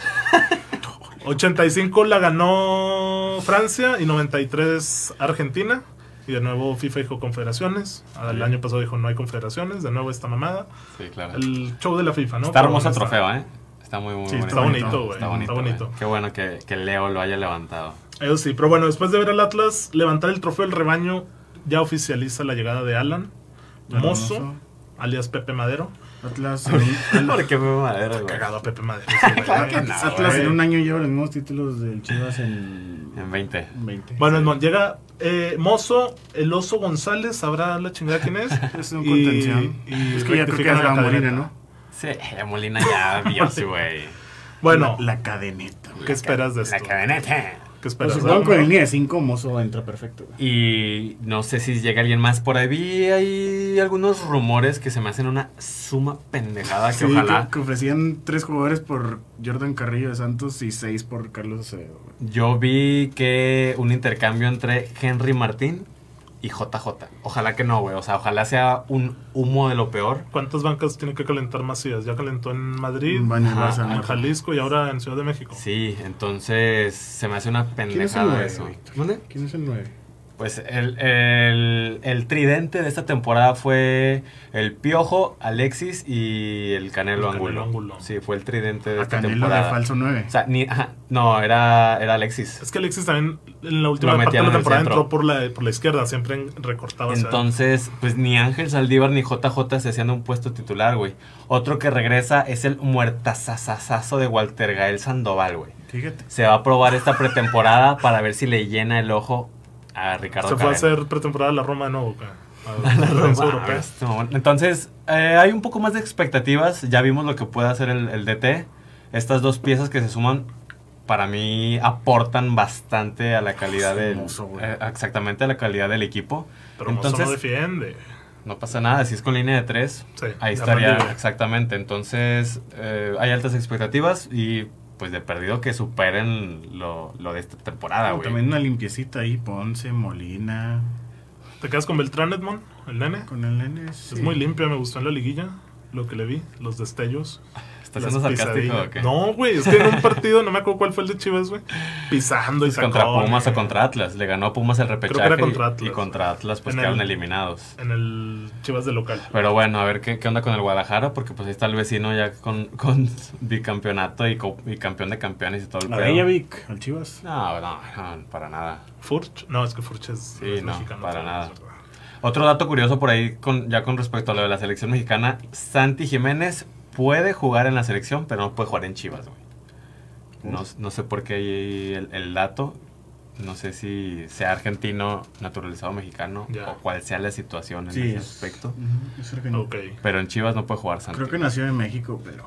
85 la ganó Francia y 93 Argentina. Y de nuevo FIFA dijo confederaciones. El año pasado dijo no hay confederaciones. De nuevo esta mamada. Sí, claro. El show de la FIFA, ¿no? Está hermoso el trofeo, ¿eh? Está muy Sí, bonito. Está bonito, güey. Está bonito. Qué bueno que Leo lo haya levantado. Eso sí, pero bueno, después de ver al Atlas levantar el trofeo del rebaño, ya oficializa la llegada de Alan Mozo, alias Pepe Madero. Atlas ¿Por qué Pepe Madero, güey? Cagado a Pepe Madero. Claro que no, Atlas güey. en un año lleva los mismos títulos del Chivas en En 20. 20. Bueno, Edmond, llega Mozo, el Oso González, sabrá la chingada quién es. Es un contención. y Es que ya creo que rectifican era la Molina, cadeneta. ¿no? Sí, Molina ya, Dios, güey. Bueno, La cadeneta, güey. ¿qué esperas de esto? La cadeneta. ¿Qué Pues esperas? si juegan con el línea de 5, Mozo entra perfecto, güey. Y no sé si llega alguien más por ahí. Hay algunos rumores que se me hacen una suma pendejada que Sí, ojalá. que ofrecían 3 jugadores por Jordan Carrillo de Santos y 6 por Carlos Acevedo, güey. Yo vi que un intercambio entre Henry Martín y JJ. Ojalá que no, güey. O sea, ojalá sea un humo de lo peor. ¿Cuántas bancas tiene que calentar Macías? Ya calentó en Madrid, Van y Ajá, Barça, en ¿no? Jalisco y ahora en Ciudad de México. Sí, entonces se me hace una ¿Quién es el pendejada 9, eso. Víctor? ¿Dónde? ¿Quién es el 9? Pues el tridente de esta temporada fue el Piojo, Alexis y el Canelo El Canelo Angulo. Angulo. Sí, fue el tridente de A esta Canelo de temporada. falso 9. O sea, no, era Alexis. Es que Alexis también en la última Lo parte de metían la en el temporada centro. entró por la izquierda, siempre recortaba hacia Entonces, pues ni Ángel Saldívar ni JJ se hacían un puesto titular, güey. Otro que regresa es el muertazazazazo de Walter Gael Sandoval, güey. Fíjate. Se va a probar esta pretemporada para ver si le llena el ojo a Ricardo Se fue a Cadena. hacer pretemporada a la Roma de nuevo, güey. La A la Roma, prensa europea. este momento. Entonces, hay un poco más de expectativas. Ya vimos lo que puede hacer el DT. Estas dos piezas que se suman, para mí, aportan bastante a la calidad del... Hermoso, güey. exactamente, a la calidad del equipo. Pero Mozo no defiende. No pasa nada, si es con línea de 3, Sí, ahí ya estaría, rendible. exactamente. Entonces, hay altas expectativas y pues de perdido que superen lo de esta temporada, güey. También una limpiecita ahí, Ponce, Molina. ¿Te quedas con Beltrán, Edmond? ¿El nene? Con el nene. Sí. Es muy limpio, me gustó en la liguilla. Lo que le vi, los destellos. ¿Estás las siendo sarcástico pisadillas. o qué? No, güey, es que en un partido, no me acuerdo cuál fue el de Chivas, güey. Pisando y sacó. Contra Pumas o güey. contra Atlas. Le ganó a Pumas el repechaje era contra Atlas. y contra Atlas pues En quedaron el- eliminados. En el Chivas de local. Pero bueno, a ver qué onda con el Guadalajara, porque pues ahí está el vecino ya con bicampeonato y campeón de campeones y todo el A pedo. Reykjavik, al Chivas. No, para nada. ¿Furch? No, es que Furch es, Sí, es no, mexicano. para es nada. verdad. Otro dato curioso por ahí, ya con respecto a lo de la selección mexicana, Santi Jiménez puede jugar en la selección, pero no puede jugar en Chivas, güey. No sé por qué hay el dato. No sé si sea argentino, naturalizado mexicano, Ya. o cuál sea la situación en Sí, ese es- aspecto. Ujú, es argentino. Ok. Pero en Chivas no puede jugar Santi. Creo que nació en México, pero.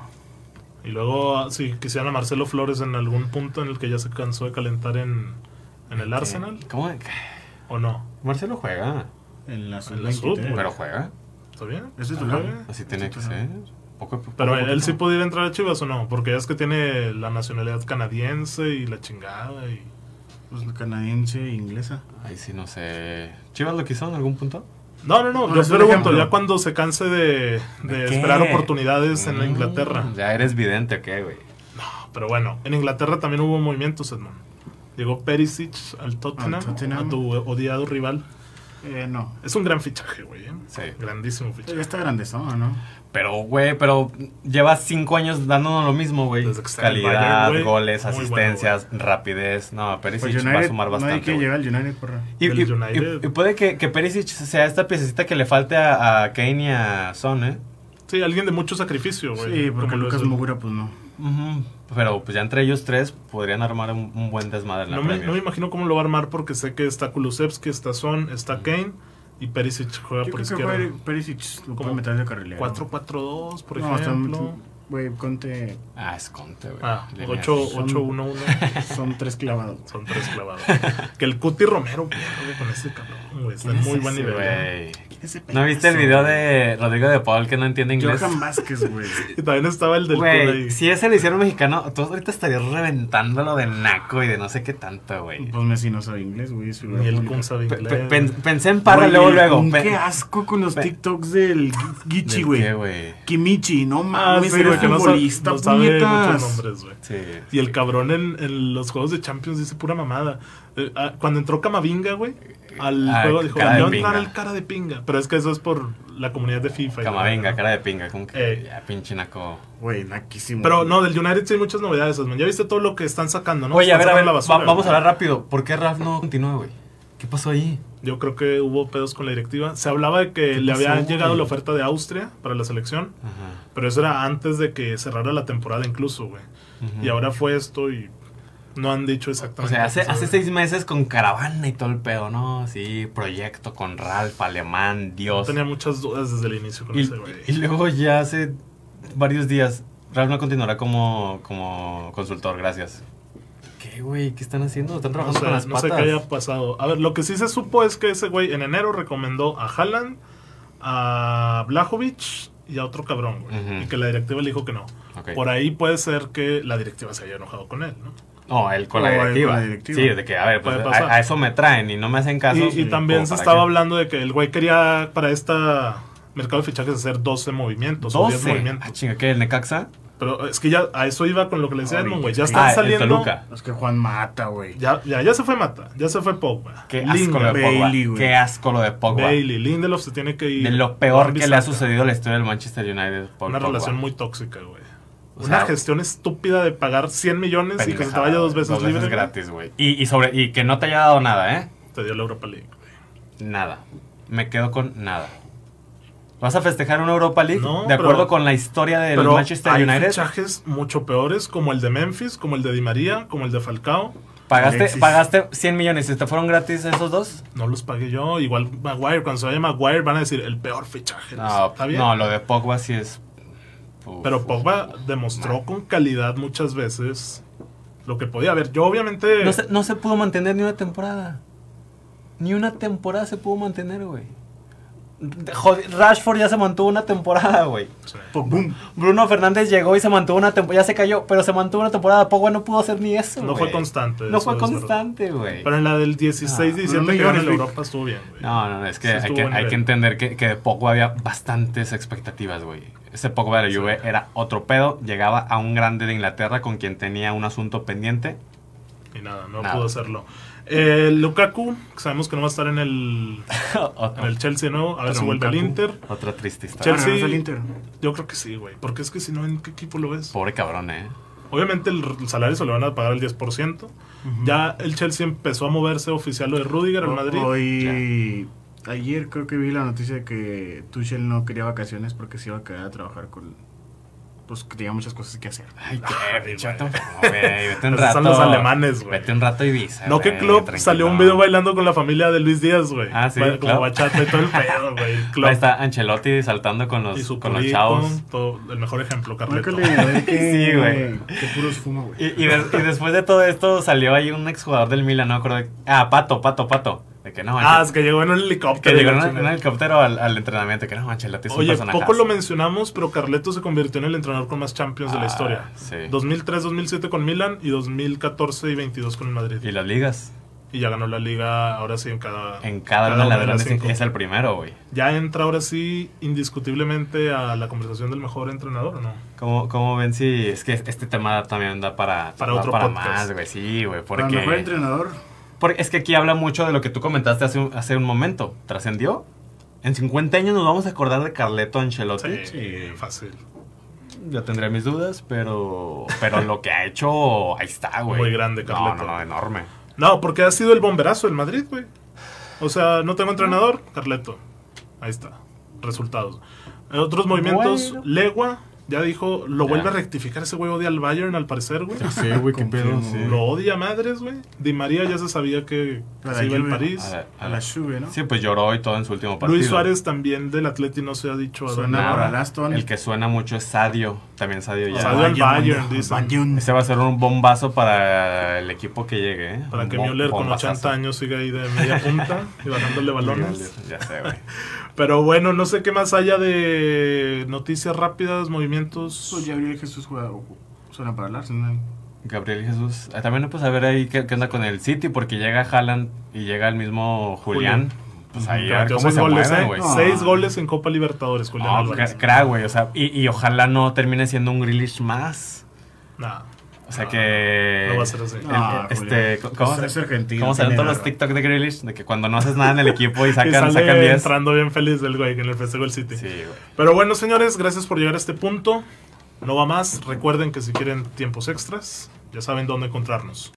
Y luego, si quisieran a Marcelo Flores en algún punto en el que ya se cansó de calentar en el Arsenal, ¿Cómo? ¿o no? Marcelo juega, En la En la sub-23. sub, güey. pero juega. ¿Está bien? Es titular. Ok. Así tiene que ser. Poco Pero a él poquito. sí pudiera entrar a Chivas o no, porque ya es que tiene la nacionalidad canadiense y la chingada y... Pues la canadiense e inglesa. Ahí sí no sé. ¿Chivas lo quiso en algún punto? No, No, yo es un pregunto, ejemplo. ya cuando se canse de ¿Qué? esperar oportunidades en Mm, Inglaterra. Ya eres vidente, ¿o qué, güey? Pero bueno, en Inglaterra también hubo movimientos, Edmond. Llegó Perisic al Tottenham, Al Tottenham. a tu odiado rival. No. Es un gran fichaje, güey. Sí. Grandísimo Ya fichaje. está grandezona, ¿no? Pero, güey, lleva 5 años dándonos lo mismo, güey. Desde que está en el Calidad, Bayern, güey. goles, Muy asistencias, rapidez. No, Perisic Pues va a United, sumar no hay bastante, que güey. llegar al United, porra. El United. Y puede que Perisic sea esta piececita que le falte a Kane y a Son, ¿eh? Sí, alguien de mucho sacrificio, güey. Sí, porque como lo Lucas es el- Moura, pues no. Ujú. Pero pues ya entre ellos tres podrían armar un buen desmadre en la No me Premier. imagino cómo lo va a armar porque sé que está Kulusevski, está Son, está Kane, Y Perisic juega Yo por creo que izquierda. Perisic lo puede Como meter de carrilero. 4-4-2, por No, ejemplo. Güey, Conte Es Conte, güey. Ah, Línea. 8-1-1. son 3 clavados. Son 3 clavados. Que el Cuti Romero, güey, con ese cabrón, güey. Está en ¿Quién muy es buen ese, nivel. güey? Ese ¿No viste el video de Rodrigo de Paul que no entiende inglés? Johan Vázquez, güey. Y también estaba el del Cura Güey, ahí. si ese lo hicieron mexicano, tú ahorita estarías reventándolo de naco y de no sé qué tanto, güey. Pues Messi no sabe inglés, güey. es figura Ni el pública. Kun sabe inglés. Pensé en Parra Güey, luego. Qué asco con los pe- TikToks del Gichi, ¿Del güey. qué, güey? Kimichi, no mames, sí, güey, eres que no futbolista, no sabe muchos puñetas. nombres, güey. Sí. Y el cabrón en los juegos de Champions dice pura mamada. Cuando entró Camavinga, güey, al juego dijo, cara de va a entrar pinga. el cara de pinga. Pero es que eso es por la comunidad de FIFA. y Camavinga, la- cara de pinga, como que Eh. ya pinche naco. Güey, naquísimo. Pero no, del United sí hay muchas novedades, man. Ya viste todo lo que están sacando, ¿no? Oye, a Están ver, sacando la basura, vamos a güey. hablar rápido. ¿Por qué Raf no continúa, güey? ¿Qué pasó ahí? Yo creo que hubo pedos con la directiva. Se hablaba de que ¿Qué le pasó, había llegado güey? la oferta de Austria para la selección. Ajá. Pero eso era antes de que cerrara la temporada incluso, güey. Ujú. Y ahora fue esto y no han dicho O exactamente. sea, qué hace pasó. 6 meses con Caravana y todo el pedo, ¿no? Sí, proyecto con Ralph, Alemán, Dios. Tenía muchas dudas desde el inicio con Y, ese, güey. y luego ya hace varios días, Ralph no continuará como consultor, gracias. ¿Qué, güey? ¿Qué están haciendo? Están No trabajando con las sé, no sé patas. qué haya pasado. A ver, lo que sí se supo es que ese güey en enero recomendó a Haaland, a Blajovic y a otro cabrón, güey. Ujú. Y que la directiva le dijo que no. Ok. Por ahí puede ser que la directiva se haya enojado con él, ¿no? No, él con la O él con directiva. la directiva. Sí, de que, a ver, pues Puede pasar. a eso me traen y no me hacen caso. Y también como se para estaba qué. hablando de que el güey quería para esta mercado de fichajes hacer 12 movimientos o 10 12. movimientos. Chinga, ¿qué? ¿El Necaxa? Pero es que ya a eso iba con lo que le decía Ahorita, Edmond, güey. Ya sí. están el saliendo. Toluca. Es que Juan mata, güey. Ya se fue Mata, ya se fue Pogba. Qué asco Lingard, lo de Pogba. Bailey, güey. Qué asco lo de Pogba. Bailey, Lindelof se tiene que ir. De lo peor que le ha Wan-Bissaka. sucedido a la historia del Manchester United. Paul Una Pogba. relación muy tóxica, güey. O Una sea, gestión estúpida de pagar 100 millones y que se te pendejada, vaya dos güey. veces libre. güey. gratis, güey. Y que no te haya dado nada, ¿eh? Te dio la Europa League, güey. Nada. Me quedo con nada. ¿Vas a festejar una Europa League? No, de acuerdo pero- con la historia del Pero Manchester hay United. fichajes mucho peores, como el de Memphis, como el de Di María, como el de Falcao. Alexis. Pagaste 100 millones y te fueron gratis esos dos. No los pagué yo. Igual Maguire, cuando se vaya Maguire van a decir el peor fichaje. No, ¿Está bien? no, lo de Pogba sí es. Uf, Pero uf, Pogba demostró con calidad muchas veces lo que podía haber. Yo obviamente... No se pudo mantener ni una temporada. Ni una temporada se pudo mantener, güey. Rashford ya se mantuvo una temporada, güey. Sí. Boom. Bruno Fernández llegó y se mantuvo una temporada. Ya se cayó, pero se mantuvo una temporada. Pogba no pudo hacer ni eso. No güey. fue constante. No eso fue es verdad. constante, güey. Pero en la del 16-17 que ganó en millones, Europa estuvo bien, güey. No, es que, Sí, hay, estuvo que buen hay nivel. que entender que de Pogba había bastantes expectativas, güey. Ese Pogba de la Juve era otro pedo. Llegaba a un grande de Inglaterra con quien tenía un asunto pendiente. Y nada, no Nada. pudo hacerlo. Lukaku, que sabemos que no va a estar en el Chelsea de nuevo. A ver Pero si vuelve al Lukaku. Inter. Otra triste historia. Chelsea. ¿Regresa al Inter? Yo creo que sí, güey. Porque es que si no, ¿en qué equipo lo ves? Pobre cabrón, Obviamente el salario se lo van a pagar el 10%. Ya el Chelsea empezó a moverse oficial lo de Rudiger al Madrid. Hoy, ayer creo que vi la noticia de que Tuchel no quería vacaciones porque se iba a quedar a trabajar con... Pues que tenía muchas cosas que hacer. Ay, Ay, qué bicho. güey. No, güey, vete un Esos rato. son los alemanes, güey. Vete un rato a Ibiza. No, que güey, Klopp tranquilo. salió un video bailando con la familia de Luis Díaz, güey. Ah, sí, Como Klopp. bachata y todo el pedo, güey. Klopp. Ahí está Ancelotti saltando con Y los, su con los currito, chavos. todo, el mejor ejemplo, Carleto. Márcale, a ver qué, Sí, güey. qué puros fuma, güey. Y después de todo esto salió ahí un exjugador del Milan, no me acuerdo. Pato. De que no, Ah, es que llegó en un helicóptero. que llegó y la en un chingada. helicóptero al entrenamiento. Que no, Ancelotti es un Oye, personaje. poco lo mencionamos, pero Carleto se convirtió en el entrenador con más Champions de la historia. Sí. 2003-2007 con Milan y 2014 y 22 con el Madrid. Y las ligas. Y ya ganó la liga, ahora sí, en cada Una de una las de las grandes cinco. es el primero, güey. Ya entra ahora sí indiscutiblemente a la conversación del mejor entrenador, ¿o no? ¿Cómo ven si es que este tema también da para otro para podcast. más, güey? Sí, güey, Para el mejor porque entrenador. es que aquí habla mucho de lo que tú comentaste hace un momento. ¿Trascendió? En 50 años nos vamos a acordar de Carleto Ancelotti. Sí, fácil. Yo tendré mis dudas, pero lo que ha hecho, ahí está, güey. Muy grande, Carleto. No, enorme. No, porque ha sido el bomberazo del Madrid, güey. O sea, no tengo entrenador, Carleto. Ahí está. Resultados. Otros movimientos, Bueno. Legua Ya dijo, lo vuelve a rectificar. Ese güey odia al Bayern, al parecer, güey. Sí, güey, qué pedo. Sí. Lo odia madres, güey. Di María ya se sabía que se iba al París. A la Juve, ¿no? Sí, pues lloró y todo en su último partido. Luis Suárez también del Atleti no se ha dicho a Suena por al Aston. El que suena mucho es Sadio. También Sadio ya. Sadio al Bayern, dicen. Ese va a ser un bombazo para el equipo que llegue, ¿eh? Para que Müller con 80 años siga ahí de media punta y bajándole balones. Ya sé, güey. Pero bueno, no sé qué más haya de noticias rápidas, movimientos. Pues Gabriel Jesús suena para el Arsenal. Gabriel Jesús. También pues a ver ahí qué onda con el City, porque llega Haaland y llega el mismo Julián. Pues ahí a ver cómo se mueven, güey. 6 goles en Copa Libertadores, Julián Álvarez. Crack, güey. O sea, y ojalá no termine siendo un Grealish más. Nah. O sea que... No va a ser así. ¿Cómo se ven todos los TikTok de Grealish? De que cuando no haces nada en el equipo y sacan 10. Entrando bien feliz del güey que en el festejo del City. Sí, güey. Pero bueno, señores, gracias por llegar a este punto. No va más. Recuerden que si quieren tiempos extras, ya saben dónde encontrarnos.